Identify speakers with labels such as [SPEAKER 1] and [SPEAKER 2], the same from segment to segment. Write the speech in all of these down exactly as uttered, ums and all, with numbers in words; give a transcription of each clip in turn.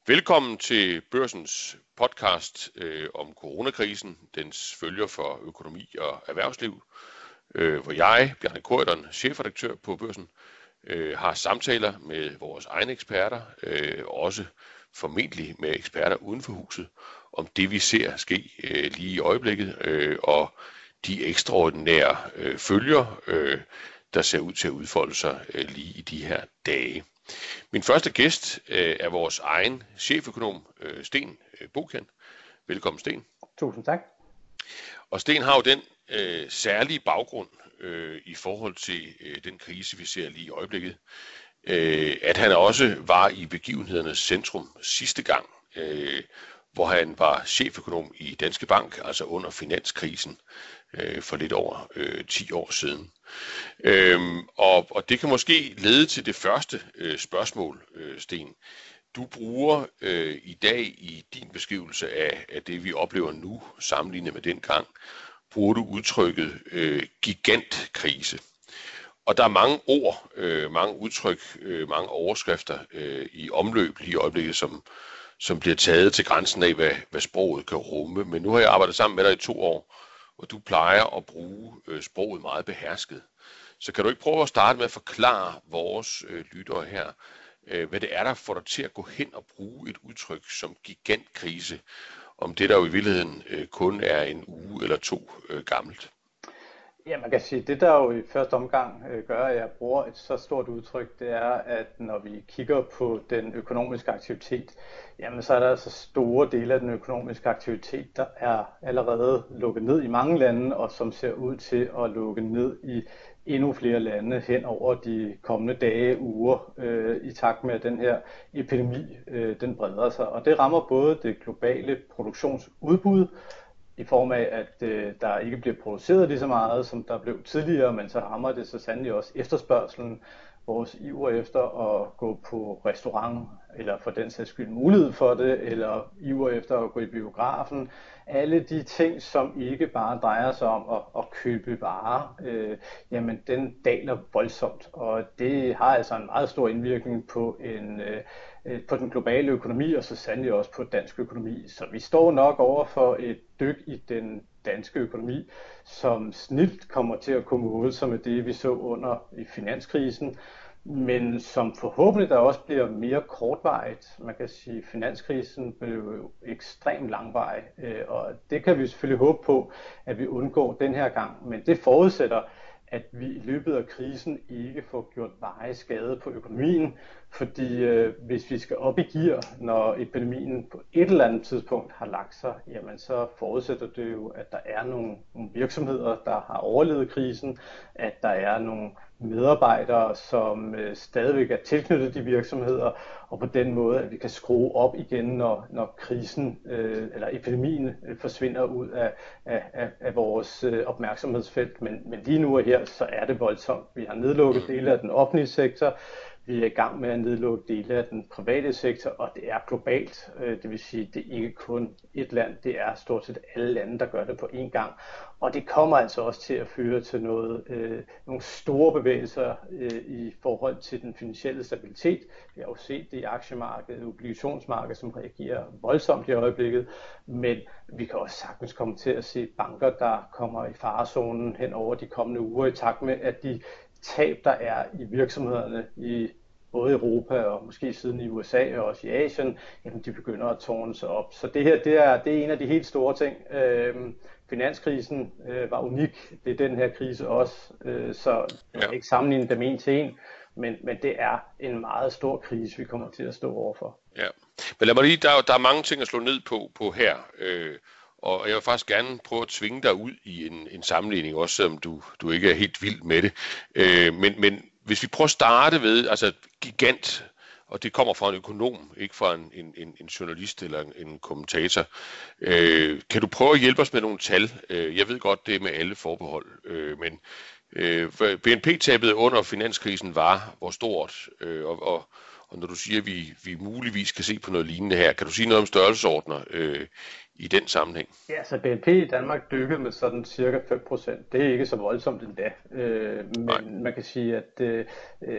[SPEAKER 1] Velkommen til Børsens podcast øh, om coronakrisen, dens følger for økonomi og erhvervsliv, øh, hvor jeg, Bjarne Corydon, chefredaktør på Børsen, øh, har samtaler med vores egne eksperter, øh, også formentlig med eksperter uden for huset, om det vi ser ske øh, lige i øjeblikket, øh, og de ekstraordinære øh, følger, øh, der ser ud til at udfolde sig øh, lige i de her dage. Min første gæst øh, er vores egen cheføkonom, øh, Sten øh, Bokan. Velkommen, Sten.
[SPEAKER 2] Tusind tak.
[SPEAKER 1] Og Sten har jo den øh, særlige baggrund øh, i forhold til øh, den krise, vi ser lige i øjeblikket, øh, at han også var i begivenhedernes centrum sidste gang, øh, hvor han var cheføkonom i Danske Bank, altså under finanskrisen øh, for lidt over øh, ti år siden. Øhm, og, og det kan måske lede til det første øh, spørgsmål, øh, Sten. Du bruger øh, i dag i din beskrivelse af, af det, vi oplever nu, sammenlignet med dengang, bruger du udtrykket øh, gigantkrise. Og der er mange ord, øh, mange udtryk, øh, mange overskrifter øh, i omløb lige i øjeblikket, som, som bliver taget til grænsen af, hvad, hvad sproget kan rumme. Men nu har jeg arbejdet sammen med dig i to år, og du plejer at bruge øh, sproget meget behersket. Så kan du ikke prøve at starte med at forklare vores øh, lyttere her, øh, hvad det er, der får dig til at gå hen og bruge et udtryk som gigantkrise, om det der jo i virkeligheden øh, kun er en uge eller to øh, gammelt?
[SPEAKER 2] Ja, man kan sige, det der jo i første omgang øh, gør, at jeg bruger et så stort udtryk, det er, at når vi kigger på den økonomiske aktivitet, jamen så er der altså store dele af den økonomiske aktivitet, der er allerede lukket ned i mange lande, og som ser ud til at lukke ned i endnu flere lande hen over de kommende dage, uger, øh, i takt med, at den her epidemi øh, den breder sig. Og det rammer både det globale produktionsudbud, i form af, at øh, der ikke bliver produceret lige så meget, som der blev tidligere, men så rammer det så sandelig også efterspørgselen, vores iver efter at gå på restaurant, eller for den sags skyld mulighed for det, eller iver efter at gå i biografen. Alle de ting, som ikke bare drejer sig om at, at købe varer, øh, jamen den daler voldsomt, og det har altså en meget stor indvirkning på en øh, på den globale økonomi, og så sandelig også på dansk økonomi. Så vi står nok over for et dyk i den danske økonomi, som snilt kommer til at komme ud som er det, vi så under i finanskrisen, men som forhåbentlig der også bliver mere kortvarigt. Man kan sige, at finanskrisen blev jo ekstremt langvarig, og det kan vi selvfølgelig håbe på, at vi undgår den her gang, men det forudsætter, at vi i løbet af krisen ikke får gjort varig skade på økonomien, fordi øh, hvis vi skal op i gear, når epidemien på et eller andet tidspunkt har lagt sig, jamen så forudsætter det jo, at der er nogle, nogle virksomheder, der har overlevet krisen, at der er nogle medarbejdere, som øh, stadigvæk er tilknyttet de virksomheder, og på den måde, at vi kan skrue op igen, når, når krisen øh, eller epidemien øh, forsvinder ud af, af, af, af vores øh, opmærksomhedsfelt. Men, men lige nu og her, så er det voldsomt. Vi har nedlukket dele af den offentlige sektor, vi er i gang med at nedlukke dele af den private sektor, og det er globalt. Det vil sige, det er ikke kun et land, det er stort set alle lande, der gør det på én gang. Og det kommer altså også til at føre til noget, øh, nogle store bevægelser øh, i forhold til den finansielle stabilitet. Vi har jo set det i aktiemarkedet, obligationsmarkedet, som reagerer voldsomt i øjeblikket, men vi kan også sagtens komme til at se banker, der kommer i farezonen hen over de kommende uger, i takt med, at de tab, der er i virksomhederne i både Europa og måske siden i U S A og også i Asien, jamen de begynder at tårne sig op. Så det her, det er, det er en af de helt store ting. Øhm, finanskrisen øh, var unik. Det er den her krise også. Øh, så jeg kan ikke sammenligne dem en til en, men, men det er en meget stor krise, vi kommer til at stå overfor.
[SPEAKER 1] Ja, men lad mig lige, der, der er mange ting at slå ned på, på her. Øh, Og jeg vil faktisk gerne prøve at tvinge dig ud i en, en sammenligning, også selvom du, du ikke er helt vild med det. Øh, men, men hvis vi prøver at starte ved, altså gigant, og det kommer fra en økonom, ikke fra en, en, en journalist eller en, en kommentator. Øh, kan du prøve at hjælpe os med nogle tal? Øh, jeg ved godt, det er med alle forbehold, øh, men øh, B N P-tabet under finanskrisen var hvor stort, øh, og, og Og når du siger, at vi, vi muligvis kan se på noget lignende her, kan du sige noget om størrelsesordner øh, i den sammenhæng?
[SPEAKER 2] Ja, så B N P i Danmark dykkede med sådan cirka fem procent. Det er ikke så voldsomt endda. Øh, men Nej. Man kan sige, at øh,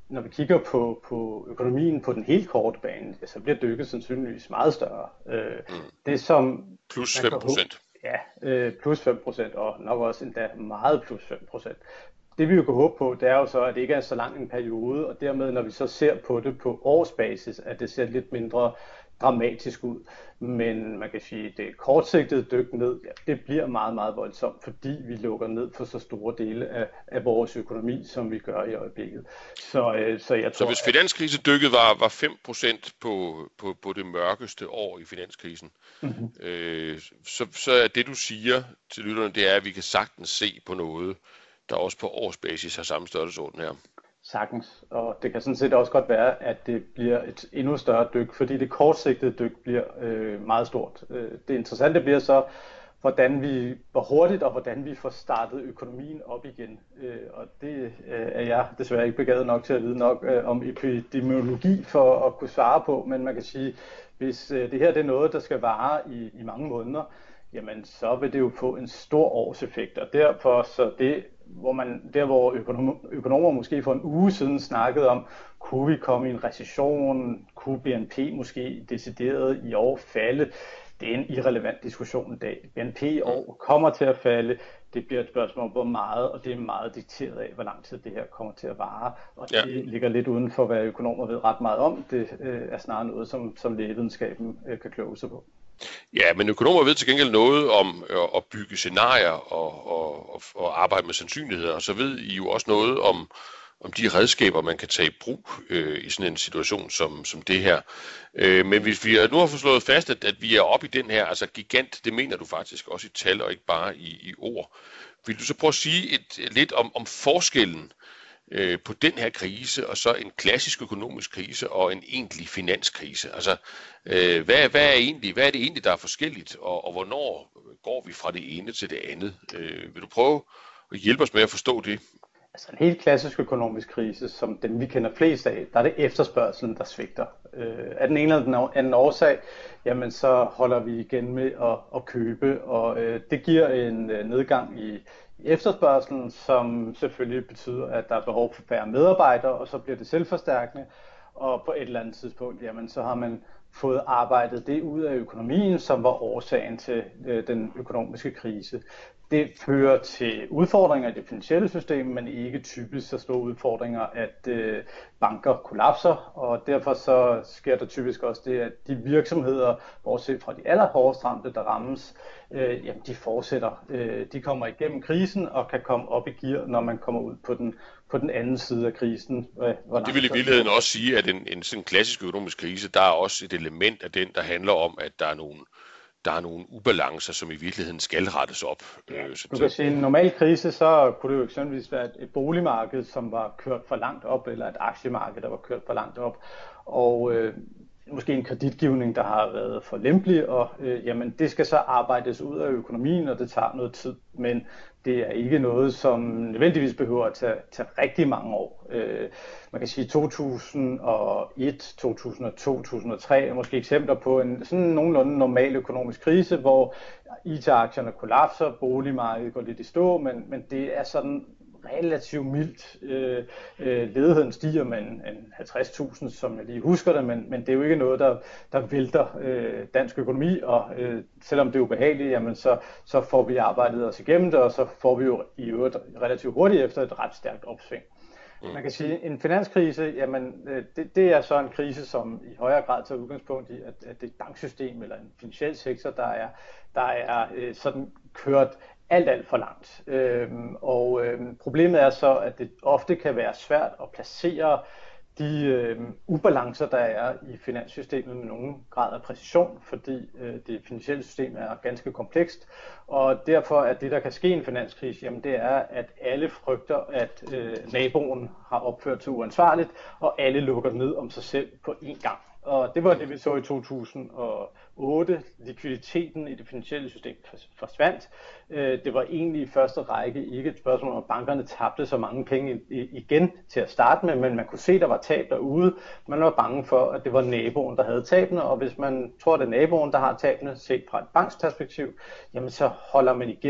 [SPEAKER 2] når vi kigger på, på økonomien på den helt korte bane, ja, så bliver dykket sandsynligvis meget større. Øh,
[SPEAKER 1] Mm.
[SPEAKER 2] det som
[SPEAKER 1] Plus
[SPEAKER 2] man
[SPEAKER 1] fem
[SPEAKER 2] kan
[SPEAKER 1] procent.
[SPEAKER 2] Ja, øh, plus fem procent, og nok også endda meget plus fem procent. Det vi jo kan håbe på, det er jo så, at det ikke er så lang en periode, og dermed når vi så ser på det på årsbasis, at det ser lidt mindre dramatisk ud. Men man kan sige, at det kortsigtede dyk ned, ja, det bliver meget, meget voldsomt, fordi vi lukker ned for så store dele af, af vores økonomi, som vi gør i øjeblikket. Så, øh, så jeg tror,
[SPEAKER 1] Så hvis finanskrisedykket var, var fem procent på, på, på det mørkeste år i finanskrisen,
[SPEAKER 2] mm-hmm.
[SPEAKER 1] øh, så, så er det, du siger til lytterne, det er, at vi kan sagtens se på noget, der også på årsbasis har samme størrelsesorden her.
[SPEAKER 2] Sagtens, og det kan sådan set også godt være, at det bliver et endnu større dyk, fordi det kortsigtede dyk bliver øh, meget stort. Øh, det interessante bliver så, hvordan vi, hvor hurtigt og hvordan vi får startet økonomien op igen. Øh, og det øh, er jeg desværre ikke begavet nok til at vide nok øh, om epidemiologi for at kunne svare på, men man kan sige, hvis øh, det her det er noget, der skal vare i, i mange måneder, jamen så vil det jo få en stor årseffekt, og derfor så det, hvor man, der hvor økonom, økonomer måske for en uge siden snakkede om, kunne vi komme i en recession, kunne B N P måske decideret i år falde, det er en irrelevant diskussion i dag. B N P i år kommer til at falde, det bliver et spørgsmål om hvor meget, og det er meget dikteret af, hvor lang tid det her kommer til at vare, og det ja. ligger lidt uden for, hvad økonomer ved ret meget om. Det øh, er snarere noget, som, som lægevidenskaben øh, kan kloge sig på.
[SPEAKER 1] Ja, men økonomer ved til gengæld noget om at bygge scenarier og, og, og, og arbejde med sandsynligheder, og så ved I jo også noget om, om de redskaber, man kan tage i brug øh, i sådan en situation som, som det her. Øh, men hvis vi nu har fået slået fast, at, at vi er oppe i den her, altså gigant, det mener du faktisk også i tal og ikke bare i, i ord. Vil du så prøve at sige et, lidt om, om forskellen øh, på den her krise, og så en klassisk økonomisk krise og en egentlig finanskrise? Altså, øh, hvad, hvad, er egentlig, hvad er det egentlig, der er forskelligt, og, og hvornår går vi fra det ene til det andet? Øh, vil du prøve at hjælpe os med at forstå det?
[SPEAKER 2] Altså en helt klassisk økonomisk krise, som den vi kender flest af, der er det efterspørgselen, der svigter. Øh, af den ene eller den anden årsag, jamen så holder vi igen med at, at købe, og øh, det giver en øh, nedgang i, i efterspørgselen, som selvfølgelig betyder, at der er behov for færre medarbejdere, og så bliver det selvforstærkende, og på et eller andet tidspunkt, jamen så har man fået arbejdet det ud af økonomien, som var årsagen til øh, den økonomiske krise. Det fører til udfordringer i det finansielle system, men ikke typisk så store udfordringer, at øh, banker kollapser, og derfor så sker der typisk også det, at de virksomheder, bortset fra de allerhårdest ramte, der rammes, øh, jamen de fortsætter. Øh, de kommer igennem krisen og kan komme op i gear, når man kommer ud på den, på den anden side af krisen.
[SPEAKER 1] Hvor det vil i virkeligheden også sige, at en, en sådan klassisk økonomisk krise, der er også et element af den, der handler om, at der er nogle der er nogle ubalancer, som i virkeligheden skal rettes op.
[SPEAKER 2] Ja, du kan sige, en normal krise, så kunne det jo eksempelvis være et boligmarked, som var kørt for langt op, eller et aktiemarked, der var kørt for langt op, og øh, måske en kreditgivning, der har været for lempelig, og øh, jamen, det skal så arbejdes ud af økonomien, og det tager noget tid, men det er ikke noget, som nødvendigvis behøver at tage, tage rigtig mange år. Øh, man kan sige to tusind og et, to tusind og to, to tusind og tre er måske eksempler på en sådan nogenlunde normal økonomisk krise, hvor I T-aktierne kollapser, boligmarkedet går lidt i stå, men, men det er sådan relativt mildt. Øh, øh, ledigheden stiger med en, en halvtreds tusind, som jeg lige husker det, men, men det er jo ikke noget, der, der vælter øh, dansk økonomi, og øh, selvom det er ubehageligt, jamen så, så får vi arbejdet os igennem det, og så får vi jo i øvrigt relativt hurtigt efter et ret stærkt opsving. Mm. Man kan sige, at en finanskrise, jamen, det, det er så en krise, som i højere grad tager udgangspunkt i, at, at det er et banksystem eller en finansiel sektor, der er, der er øh, sådan kørt alt, alt for langt. Øhm, og øhm, problemet er så, at det ofte kan være svært at placere de øh, ubalancer, der er i finanssystemet med nogen grad af præcision, fordi øh, det finansielle system er ganske komplekst, og derfor er det, der kan ske i en finanskrise, jamen det er, at alle frygter, at øh, naboen har opført sig uansvarligt, og alle lukker ned om sig selv på én gang. Og det var det, vi så i to tusind og otte. Likviditeten i det finansielle system forsvandt. Det var egentlig i første række ikke et spørgsmål om, at bankerne tabte så mange penge igen til at starte med, men man kunne se, at der var tab derude. Man var bange for, at det var naboen, der havde tabene, og hvis man tror, at det er naboen, der har tabene, set fra et banksperspektiv, jamen så holder man igen.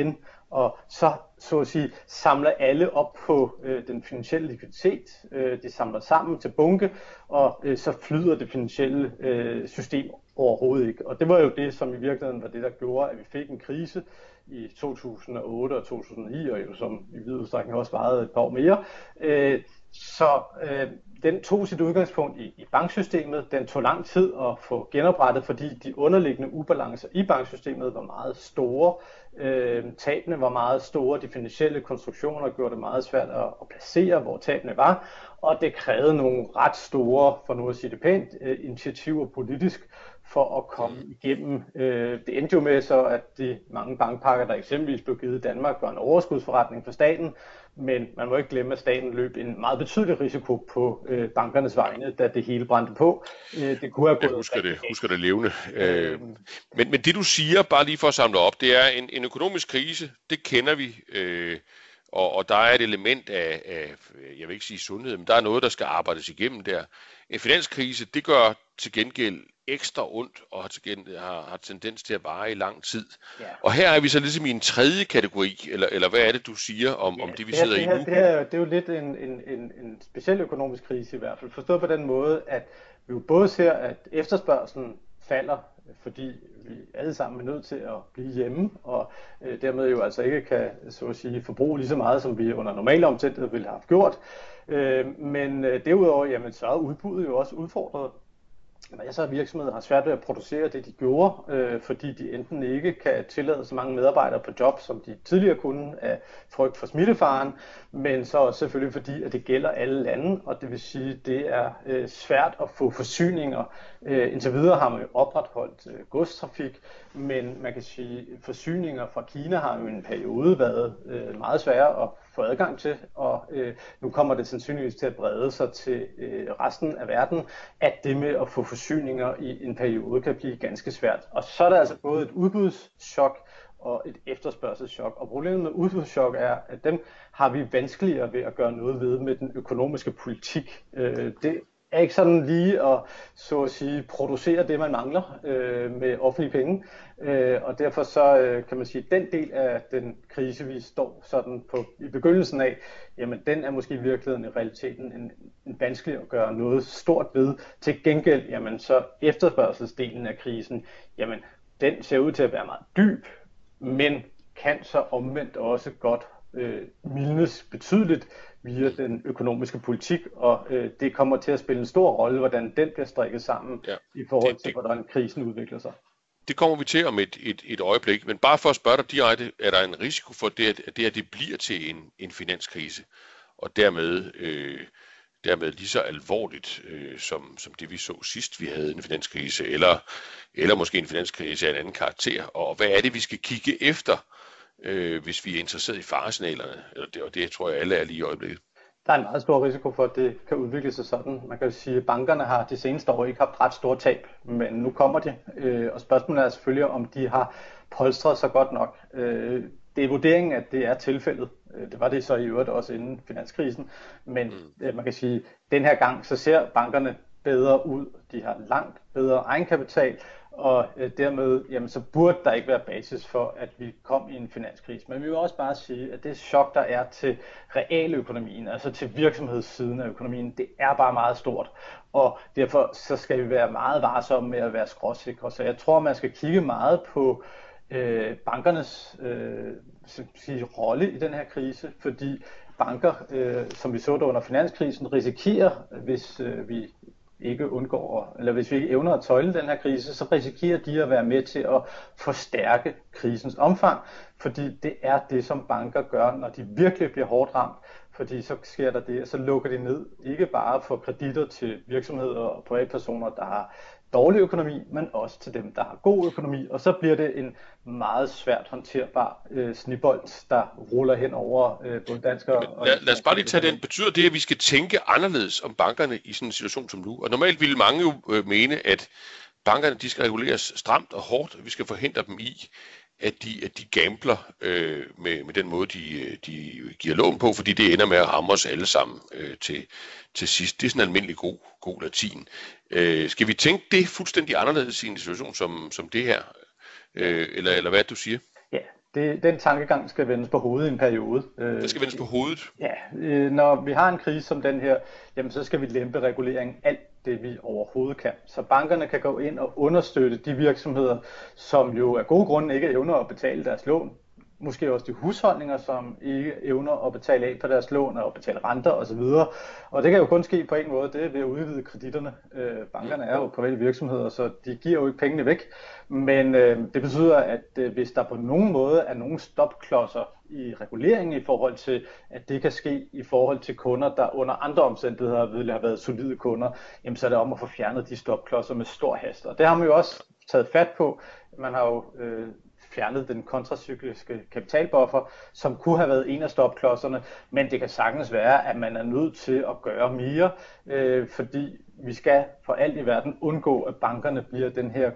[SPEAKER 2] og så, så at sige, samler alle op på øh, den finansielle likviditet. Øh, de samler sammen til bunke, og øh, så flyder det finansielle øh, system overhovedet ikke. Og det var jo det, som i virkeligheden var det, der gjorde, at vi fik en krise i to tusind og otte og to tusind og ni, og jo som i vid udstrækning også varede et par år mere. Øh, så øh, den tog sit udgangspunkt i, i banksystemet. Den tog lang tid at få genoprettet, fordi de underliggende ubalancer i banksystemet var meget store. Øh, tabene var meget store. De finansielle konstruktioner gjorde det meget svært at, at placere, hvor tabene var. Og det krævede nogle ret store, for nu at sige det pænt, øh, initiativer politisk for at komme igennem. Øh, det endte jo med så, at de mange bankpakker, der eksempelvis blev givet i Danmark, var en overskudsforretning for staten, men man må ikke glemme, at staten løb en meget betydelig risiko på øh, bankernes vegne, da det hele brændte på. Øh, det kunne have
[SPEAKER 1] gået. Jeg husker det, husker det levende. Øh, men, men det du siger, bare lige for at samle op, det er en, en økonomisk krise, det kender vi, øh, og, og der er et element af, af, jeg vil ikke sige sundhed, men der er noget, der skal arbejdes igennem der. En finanskrise, det gør til gengæld ekstra ondt og har, har, har tendens til at vare i lang tid. Ja. Og her er vi så ligesom i en tredje kategori, eller, eller hvad er det, du siger om, ja, om det, vi det her, sidder
[SPEAKER 2] det
[SPEAKER 1] her,
[SPEAKER 2] i nu? Det, her, det er jo lidt en, en, en, en speciel økonomisk krise i hvert fald. Forstået på den måde, at vi jo både ser, at efterspørgselen falder, fordi vi alle sammen er nødt til at blive hjemme, og øh, dermed jo altså ikke kan, så at sige, forbruge lige så meget, som vi under normale omstændigheder ville have haft gjort. Øh, men øh, derudover, jamen, så er udbuddet jo også udfordret. Masser af virksomheder har svært ved at producere det, de gjorde, øh, fordi de enten ikke kan tillade så mange medarbejdere på job, som de tidligere kunne af frygt for smittefaren, men så også selvfølgelig fordi, at det gælder alle lande, og det vil sige, at det er øh, svært at få forsyninger. Øh, indtil videre har man jo opretholdt øh, godstrafik, men man kan sige, at forsyninger fra Kina har jo i en periode været øh, meget svære at få adgang til, og øh, nu kommer det sandsynligvis til at brede sig til øh, resten af verden, at det med at få forsyninger i en periode kan blive ganske svært. Og så er der altså både et udbudschok og et efterspørgselschok. Og problemet med udbudschok er, at dem har vi vanskeligere ved at gøre noget ved med den økonomiske politik. Øh, det er ikke sådan lige at, så at sige, producere det, man mangler øh, med offentlige penge. Øh, og derfor så øh, kan man sige, at den del af den krise, vi står sådan på i begyndelsen af, jamen den er måske i virkeligheden i realiteten en, en vanskelig at gøre noget stort ved. Til gengæld, jamen så efterspørgselsdelen af krisen, jamen den ser ud til at være meget dyb, men kan så omvendt også godt øh, mildnes betydeligt via den økonomiske politik, og øh, det kommer til at spille en stor rolle, hvordan den bliver strikket sammen ja, i forhold det, til, det, hvordan krisen udvikler sig.
[SPEAKER 1] Det kommer vi til om et, et, et øjeblik, men bare for at spørge dig direkte, er der en risiko for det, at det, at det bliver til en, en finanskrise, og dermed, øh, dermed lige så alvorligt, øh, som, som det vi så sidst, vi havde en finanskrise, eller, eller måske en finanskrise af en anden karakter, og hvad er det, vi skal kigge efter, øh, hvis vi er interesseret i faresignalerne, og det, og det tror jeg alle er lige i øjeblikket.
[SPEAKER 2] Der er en meget stor risiko for, at det kan udvikle sig sådan. Man kan jo sige, at bankerne har de seneste år ikke haft ret store tab, men nu kommer de. Og spørgsmålet er selvfølgelig, om de har polstret sig godt nok. Det er vurderingen, at det er tilfældet. Det var det så i øvrigt også inden finanskrisen. Men mm. man kan sige, at den her gang så ser bankerne bedre ud. De har langt bedre egenkapital, og øh, dermed jamen, så burde der ikke være basis for, at vi kom i en finanskrise. Men vi vil også bare sige, at det chok, der er til realøkonomien, altså til virksomhedssiden af økonomien, det er bare meget stort. Og derfor så skal vi være meget varsomme med at være skråsikre. Så jeg tror, man skal kigge meget på øh, bankernes øh, sige, rolle i den her krise, fordi banker, øh, som vi så det under finanskrisen, risikerer, hvis øh, vi ikke undgår, eller hvis vi ikke evner at tøjle den her krise, så risikerer de at være med til at forstærke krisens omfang, fordi det er det, som banker gør, når de virkelig bliver hårdt ramt, fordi så sker der det, så lukker de ned, ikke bare for kreditter til virksomheder og privatpersoner, der har dårlig økonomi, men også til dem, der har god økonomi, og så bliver det en meget svært håndterbar øh, snibbold, der ruller hen over øh, både danskere og...
[SPEAKER 1] Lad, lad os bare lige tage den. Betyder det, at vi skal tænke anderledes om bankerne i sådan en situation som nu? Og normalt ville mange jo øh, mene, at bankerne de skal reguleres stramt og hårdt, og vi skal forhindre dem i, at de, at de gambler øh, med, med den måde, de, de giver lån på, fordi det ender med at ramme os alle sammen øh, til, til sidst. Det er sådan en almindelig god, god latin. Øh, skal vi tænke det fuldstændig anderledes i en situation som, som det her? Øh, eller, eller hvad du siger?
[SPEAKER 2] Ja, Det, den tankegang skal vendes på hovedet i en periode.
[SPEAKER 1] Det skal vendes på hovedet?
[SPEAKER 2] Ja, når vi har en krise som den her, jamen så skal vi lempe reguleringen alt det, vi overhovedet kan. Så bankerne kan gå ind og understøtte de virksomheder, som jo af gode grunde ikke evner at betale deres lån. Måske også de husholdninger, som ikke evner at betale af på deres lån og betale renter osv. Og det kan jo kun ske på en måde, det er ved at udvide kreditterne. Øh, bankerne er jo private virksomheder, så de giver jo ikke pengene væk. Men øh, det betyder, at øh, hvis der på nogen måde er nogle stopklodser i reguleringen i forhold til, at det kan ske i forhold til kunder, der under andre omstændigheder ville have været solide kunder, jamen så er det om at få fjernet de stopklodser med stor hast. Og det har man jo også taget fat på. Man har jo øh, fjernet den kontracykliske kapitalbuffer, som kunne have været en af stopklodserne, men det kan sagtens være, at man er nødt til at gøre mere, øh, fordi vi skal for alt i verden undgå, at bankerne bliver den her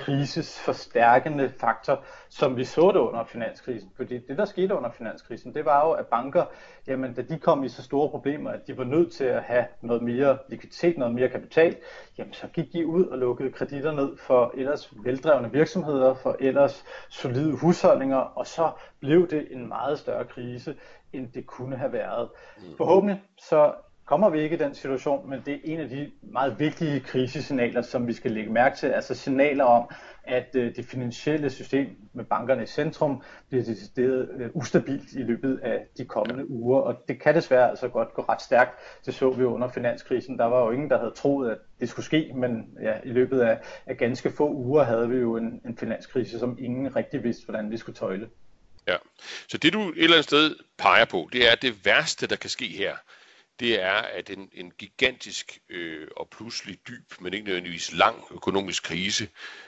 [SPEAKER 2] krisesforstærkende faktor, som vi så det under finanskrisen. Fordi det, der skete under finanskrisen, det var jo, at banker, jamen, da de kom i så store problemer, at de var nødt til at have noget mere likviditet, noget mere kapital, jamen, så gik de ud og lukkede kreditter ned for ellers veldrevne virksomheder, for ellers solide husholdninger, og så blev det en meget større krise, end det kunne have været. Forhåbentlig så kommer vi ikke i den situation, men det er en af de meget vigtige krisesignaler, som vi skal lægge mærke til. Altså signaler om, at øh, det finansielle system med bankerne i centrum bliver decideret øh, ustabilt i løbet af de kommende uger. Og det kan desværre altså godt gå ret stærkt. Det så vi under finanskrisen. Der var jo ingen, der havde troet, at det skulle ske, men ja, i løbet af, af ganske få uger havde vi jo en, en finanskrise, som ingen rigtig vidste, hvordan vi skulle tøjle.
[SPEAKER 1] Ja, så det du et eller andet sted peger på, det er, at det værste, der kan ske her, det er, at en, en gigantisk øh, og pludselig dyb, men ikke nødvendigvis lang økonomisk krise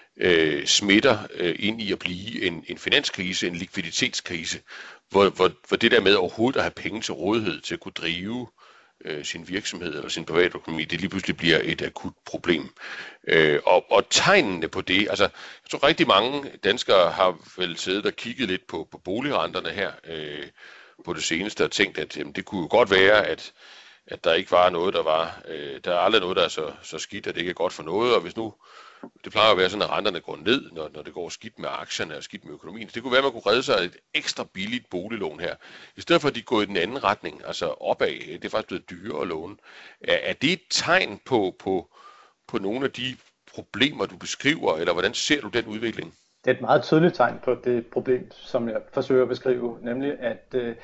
[SPEAKER 1] øh, smitter øh, ind i at blive en, en finanskrise, en likviditetskrise, hvor, hvor, hvor det der med overhovedet at have penge til rådighed til at kunne drive øh, sin virksomhed eller sin private økonomi, det lige pludselig bliver et akut problem. Øh, og, og tegnene på det, altså jeg tror rigtig mange danskere har vel siddet og kigget lidt på, på boligrenterne her øh, på det seneste og tænkt, at jamen, det kunne jo godt være, at at der ikke var noget, der var, øh, der er aldrig noget, der er så, så skidt, at det ikke er godt for noget, og hvis nu, det plejer at være sådan, at renterne går ned, når, når det går skidt med aktierne og skidt med økonomien, så det kunne være, at man kunne redde sig et ekstra billigt boliglån her, i stedet for at de går i den anden retning, altså opad, det er faktisk blevet dyrere at låne. Er, er det et tegn på, på, på nogle af de problemer, du beskriver, eller hvordan ser du den udvikling?
[SPEAKER 2] Det er et meget tydeligt tegn på det problem, som jeg forsøger at beskrive, nemlig at øh,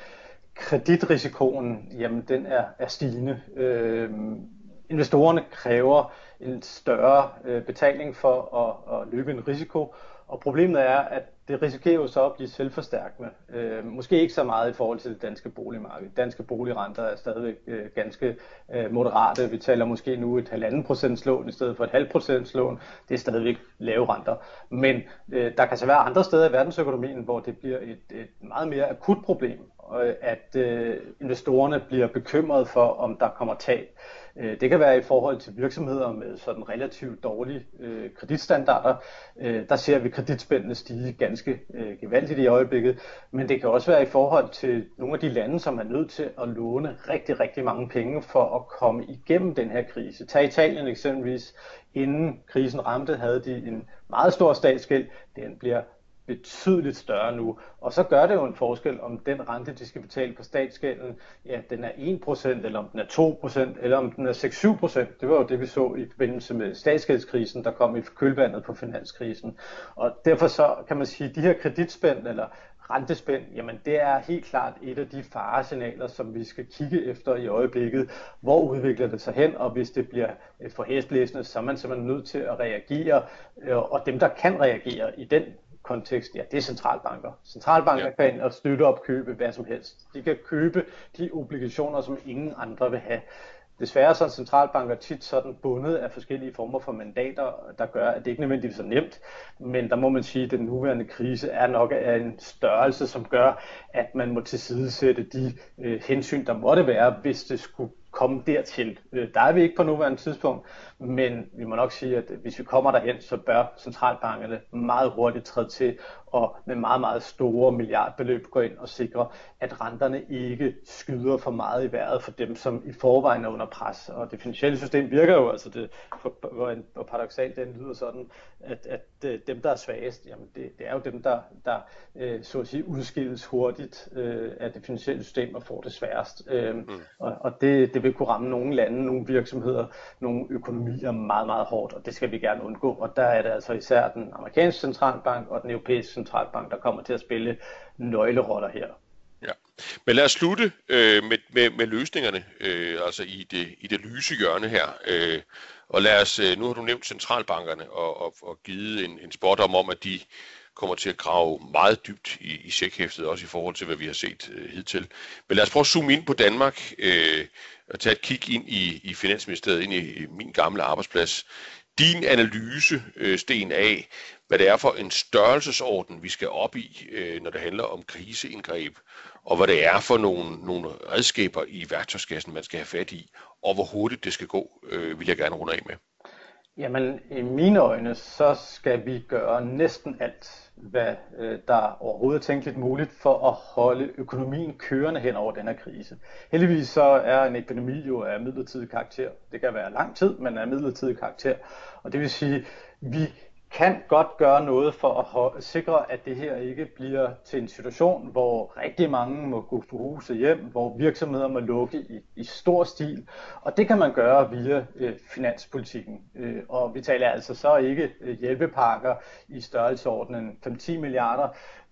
[SPEAKER 2] kreditrisikoen, jamen den er, er stigende. Øh, investorerne kræver en større øh, betaling for at, at løbe en risiko, og problemet er, at det risikerer jo så at blive selvforstærkende. Øh, måske ikke så meget i forhold til det danske boligmarked. Danske boligrenter er stadigvæk øh, ganske øh, moderate. Vi taler måske nu et halvanden procents lån i stedet for et halvt procents lån. Det er stadigvæk lave renter. Men øh, der kan så være andre steder i verdensøkonomien, hvor det bliver et, et meget mere akut problem, at øh, investorerne bliver bekymret for, om der kommer tab. Det kan være i forhold til virksomheder med sådan relativt dårlige øh, kreditstandarder. Øh, der ser vi kreditspændene stige ganske øh, gevaldigt i øjeblikket, men det kan også være i forhold til nogle af de lande, som er nødt til at låne rigtig, rigtig mange penge for at komme igennem den her krise. Tag Italien eksempelvis. Inden krisen ramte, havde de en meget stor statsgæld. Den bliver betydeligt større nu, og så gør det jo en forskel, om den rente, de skal betale på statsgælden, ja, den er en procent, eller om den er to procent, eller om den er seks til syv procent. Det var jo det, vi så i forbindelse med statsgældskrisen, der kom i kølvandet på finanskrisen. Og derfor så kan man sige, at de her kreditspænd, eller rentespænd, jamen det er helt klart et af de faresignaler, som vi skal kigge efter i øjeblikket. Hvor udvikler det sig hen, og hvis det bliver for hæsblæsende, så er man simpelthen nødt til at reagere, og dem, der kan reagere i den kontekst, ja, det er centralbanker. Centralbanker ja. kan ind og støtte op købe hvad som helst. De kan købe de obligationer, som ingen andre vil have. Desværre så er centralbanker tit sådan bundet af forskellige former for mandater, der gør, at det ikke nødvendigvis er så nemt. Men der må man sige, at den nuværende krise er nok af en størrelse, som gør, at man må tilsidesætte de øh, hensyn, der måtte være, hvis det skulle komme dertil. Der er vi ikke på nuværende tidspunkt, men vi må nok sige, at hvis vi kommer derhen, så bør centralbankerne meget hurtigt træde til og med meget, meget store milliardbeløb gå ind og sikre, at renterne ikke skyder for meget i vejret for dem, som i forvejen er under pres. Og det finansielle system virker jo, altså det, hvor paradoksalt den lyder sådan, at, at dem, der er svagest, jamen det, det er jo dem, der, der så at sige udskilles hurtigt af det finansielle system og får det sværest. Mm. Og, og det, det vil kunne ramme nogle lande, nogle virksomheder, nogle økonomier meget, meget hårdt, og det skal vi gerne undgå. Og der er det altså især den amerikanske centralbank og den europæiske centralbank, der kommer til at spille nøgleroller her.
[SPEAKER 1] Ja, men lad os slutte øh, med, med, med løsningerne, øh, altså i det, i det lyse hjørne her. Øh, og lad os, øh, nu har du nævnt centralbankerne og, og, og givet en, en spådom om, at de kommer til at grave meget dybt i, i checkhæftet, også i forhold til, hvad vi har set øh, hidtil. Men lad os prøve at zoome ind på Danmark øh, og tage et kig ind i, i Finansministeriet, ind i, i min gamle arbejdsplads. Din analyse, øh, Sten, af, hvad det er for en størrelsesorden, vi skal op i, øh, når det handler om kriseindgreb, og hvad det er for nogle, nogle redskaber i værktøjskassen, man skal have fat i, og hvor hurtigt det skal gå, øh, vil jeg gerne runde af med.
[SPEAKER 2] Jamen, i mine øjne, så skal vi gøre næsten alt, hvad øh, der overhovedet er tænkeligt muligt for at holde økonomien kørende hen over den her krise. Heldigvis så er en epidemi jo af midlertidig karakter. Det kan være lang tid, men af midlertidig karakter. Og det vil sige, vi kan godt gøre noget for at sikre, at det her ikke bliver til en situation, hvor rigtig mange må gå på huset hjem, hvor virksomheder må lukke i, i stor stil. Og det kan man gøre via øh, finanspolitikken. Øh, og vi taler altså så ikke øh, hjælpepakker i størrelsesordenen fem til ti milliarder.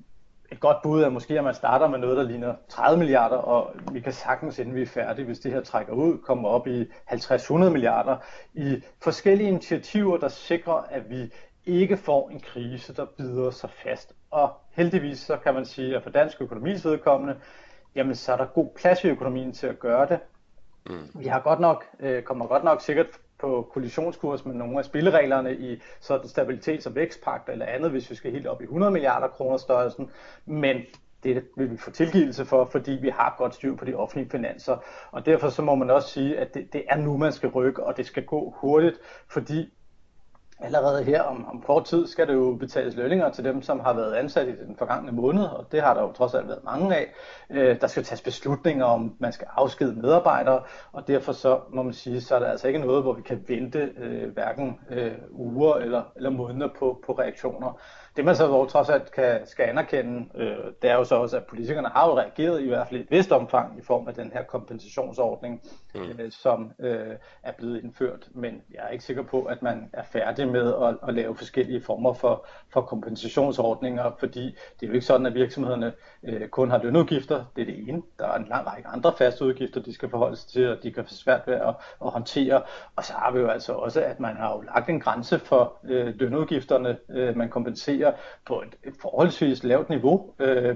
[SPEAKER 2] Et godt bud er måske, at man starter med noget, der ligner tredive milliarder, og vi kan sagtens, inden vi er færdige, hvis det her trækker ud, komme op i halvtreds til hundrede milliarder i forskellige initiativer, der sikrer, at vi ikke får en krise, der bider sig fast. Og heldigvis så kan man sige, at for dansk økonomis vedkommende, jamen så er der god plads i økonomien til at gøre det. Mm. Vi har godt nok, øh, kommer godt nok sikkert på kollisionskurs med nogle af spillereglerne i sådan stabilitets- og vækstpagt eller andet, hvis vi skal helt op i hundrede milliarder kroner størrelsen, men det vil vi få tilgivelse for, fordi vi har godt styr på de offentlige finanser. Og derfor så må man også sige, at det, det er nu, man skal rykke, og det skal gå hurtigt, fordi allerede her om, om kort tid skal det jo betales lønninger til dem, som har været ansat i den forgangne måned, og det har der jo trods alt været mange af. Øh, der skal tages beslutninger om, man skal afskede medarbejdere, og derfor så må man sige, så er der altså ikke noget, hvor vi kan vente øh, hverken øh, uger eller, eller måneder på, på reaktioner. Det man så dog trods alt kan, skal anerkende, øh, det er jo så også, at politikerne har jo reageret i hvert fald i et vist omfang i form af den her kompensationsordning, mm. øh, som øh, er blevet indført. Men jeg er ikke sikker på, at man er færdig med at, at lave forskellige former for, for kompensationsordninger, fordi det er jo ikke sådan, at virksomhederne øh, kun har lønudgifter. Det er det ene. Der er en lang række andre faste udgifter, de skal forholde sig til, og de kan få svært ved at, at håndtere. Og så har vi jo altså også, at man har jo lagt en grænse for øh, lønudgifterne, øh, man kompenserer på et forholdsvis lavt niveau.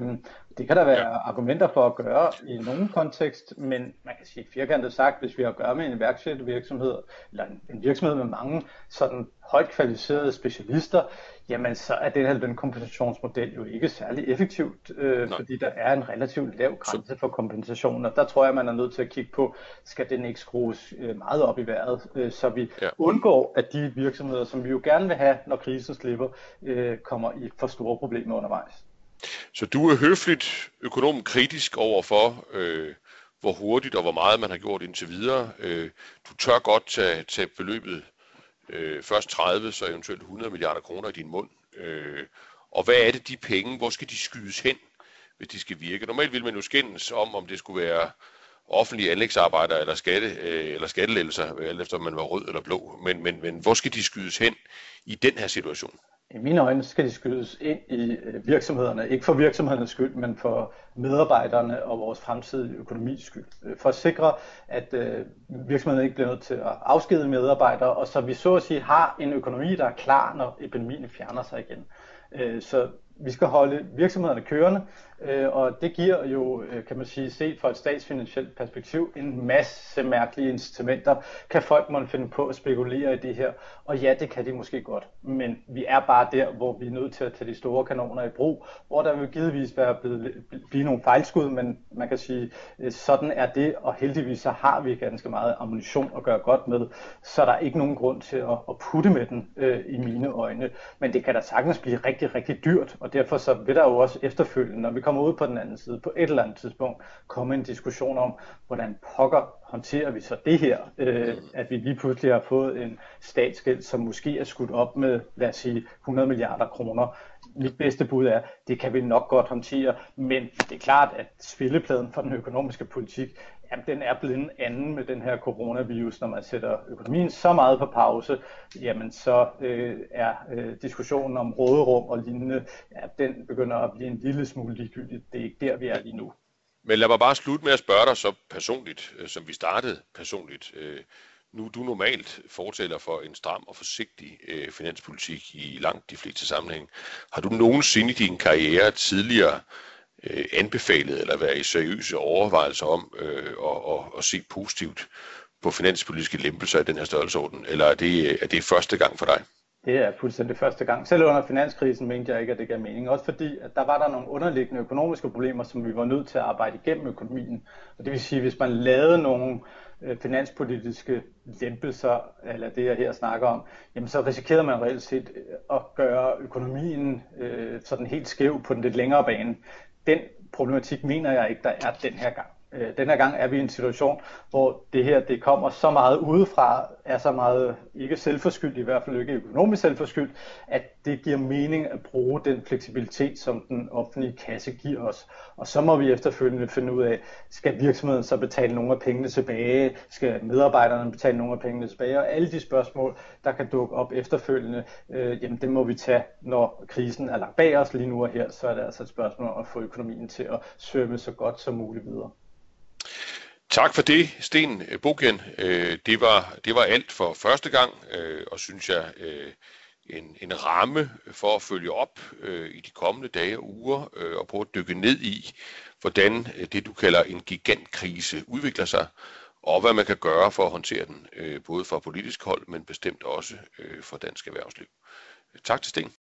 [SPEAKER 2] Det kan der være ja. argumenter for at gøre i nogen kontekst, men man kan sige firkantet sagt, hvis vi har at gøre med en iværksættervirksomhed, eller en virksomhed med mange sådan højt kvalificerede specialister, jamen så er den her lønkompensationsmodel jo ikke særlig effektivt, øh, fordi der er en relativt lav grænse for kompensation, og der tror jeg, man er nødt til at kigge på, skal den ikke skrues øh, meget op i vejret, øh, så vi ja. undgår, at de virksomheder, som vi jo gerne vil have, når krisen slipper, øh, kommer i for store problemer undervejs.
[SPEAKER 1] Så du er høfligt økonom kritisk over for, øh, hvor hurtigt og hvor meget man har gjort indtil videre. Øh, du tør godt tage, tage beløbet øh, først tredive, så eventuelt hundrede milliarder kroner i din mund. Øh, og hvad er det de penge, hvor skal de skydes hen, hvis de skal virke? Normalt vil man jo skændes om, om det skulle være offentlige anlægsarbejder eller, skatte, øh, eller skattelettelser, alt efter om man var rød eller blå. Men, men, men hvor skal de skydes hen i den her situation?
[SPEAKER 2] I mine øjne skal de skydes ind i virksomhederne, ikke for virksomhedernes skyld, men for medarbejderne og vores fremtidige økonomis skyld. For at sikre, at virksomhederne ikke bliver nødt til at afskede medarbejdere, og så vi så at sige har en økonomi, der er klar, når epidemien fjerner sig igen. Så vi skal holde virksomhederne kørende, øh, og det giver jo, øh, kan man sige, set fra et statsfinansielt perspektiv, en masse mærkelige incitamenter. Kan folk måtte finde på at spekulere i det her? Og ja, det kan de måske godt, men vi er bare der, hvor vi er nødt til at tage de store kanoner i brug, hvor der vil givetvis være blevet, blive nogle fejlskud, men man kan sige, øh, sådan er det, og heldigvis så har vi ganske meget ammunition at gøre godt med, så der er ikke nogen grund til at, at putte med den øh, i mine øjne. Men det kan da sagtens blive rigtig, rigtig dyrt, og derfor så vil der jo også efterfølgende, når vi kommer ud på den anden side, på et eller andet tidspunkt, komme en diskussion om, hvordan pokker håndterer vi så det her, øh, at vi lige pludselig har fået en statsgæld, som måske er skudt op med, lad os sige, hundrede milliarder kroner. Mit bedste bud er, det kan vi nok godt håndtere, men det er klart, at spillepladen for den økonomiske politik, jamen, den er blevet en anden med den her coronavirus. Når man sætter økonomien så meget på pause, jamen så øh, er øh, diskussionen om råderum og lignende, ja, den begynder at blive en lille smule ligegyldigt. Det er ikke der, vi er lige nu.
[SPEAKER 1] Men lad mig bare slutte med at spørge dig så personligt, som vi startede personligt. Nu er du normalt fortæller for en stram og forsigtig øh, finanspolitik i langt de fleste sammenhæng. Har du nogensinde i din karriere tidligere øh, anbefalet eller været i seriøse overvejelser om øh, at, at, at se positivt på finanspolitiske lempelser i den her størrelsesorden, eller er det, er det første gang for dig?
[SPEAKER 2] Det er fuldstændig første gang. Selv under finanskrisen mente jeg ikke, at det gav mening. Også fordi, at der var der nogle underliggende økonomiske problemer, som vi var nødt til at arbejde igennem økonomien. Og det vil sige, at hvis man lavede nogle finanspolitiske lempelser, eller det jeg her snakker om, jamen så risikerede man reelt set at gøre økonomien øh, sådan helt skæv på den lidt længere bane. Den problematik mener jeg ikke, der er den her gang. Den her gang er vi i en situation, hvor det her det kommer så meget udefra, er så meget ikke selvforskyldt, i hvert fald ikke økonomisk selvforskyldt, at det giver mening at bruge den fleksibilitet, som den offentlige kasse giver os. Og så må vi efterfølgende finde ud af, skal virksomheden så betale nogle af pengene tilbage, skal medarbejderne betale nogle af pengene tilbage, og alle de spørgsmål, der kan dukke op efterfølgende, øh, jamen det må vi tage, når krisen er lagt bag os lige nu og her, så er det altså et spørgsmål om at få økonomien til at svømme så godt som muligt videre.
[SPEAKER 1] Tak for det, Sten Bogian. Det var, det var alt for første gang, og synes jeg en, en ramme for at følge op i de kommende dage og uger, og prøve at dykke ned i, hvordan det du kalder en gigantkrise udvikler sig, og hvad man kan gøre for at håndtere den, både fra politisk hold, men bestemt også for dansk erhvervsliv. Tak til Sten.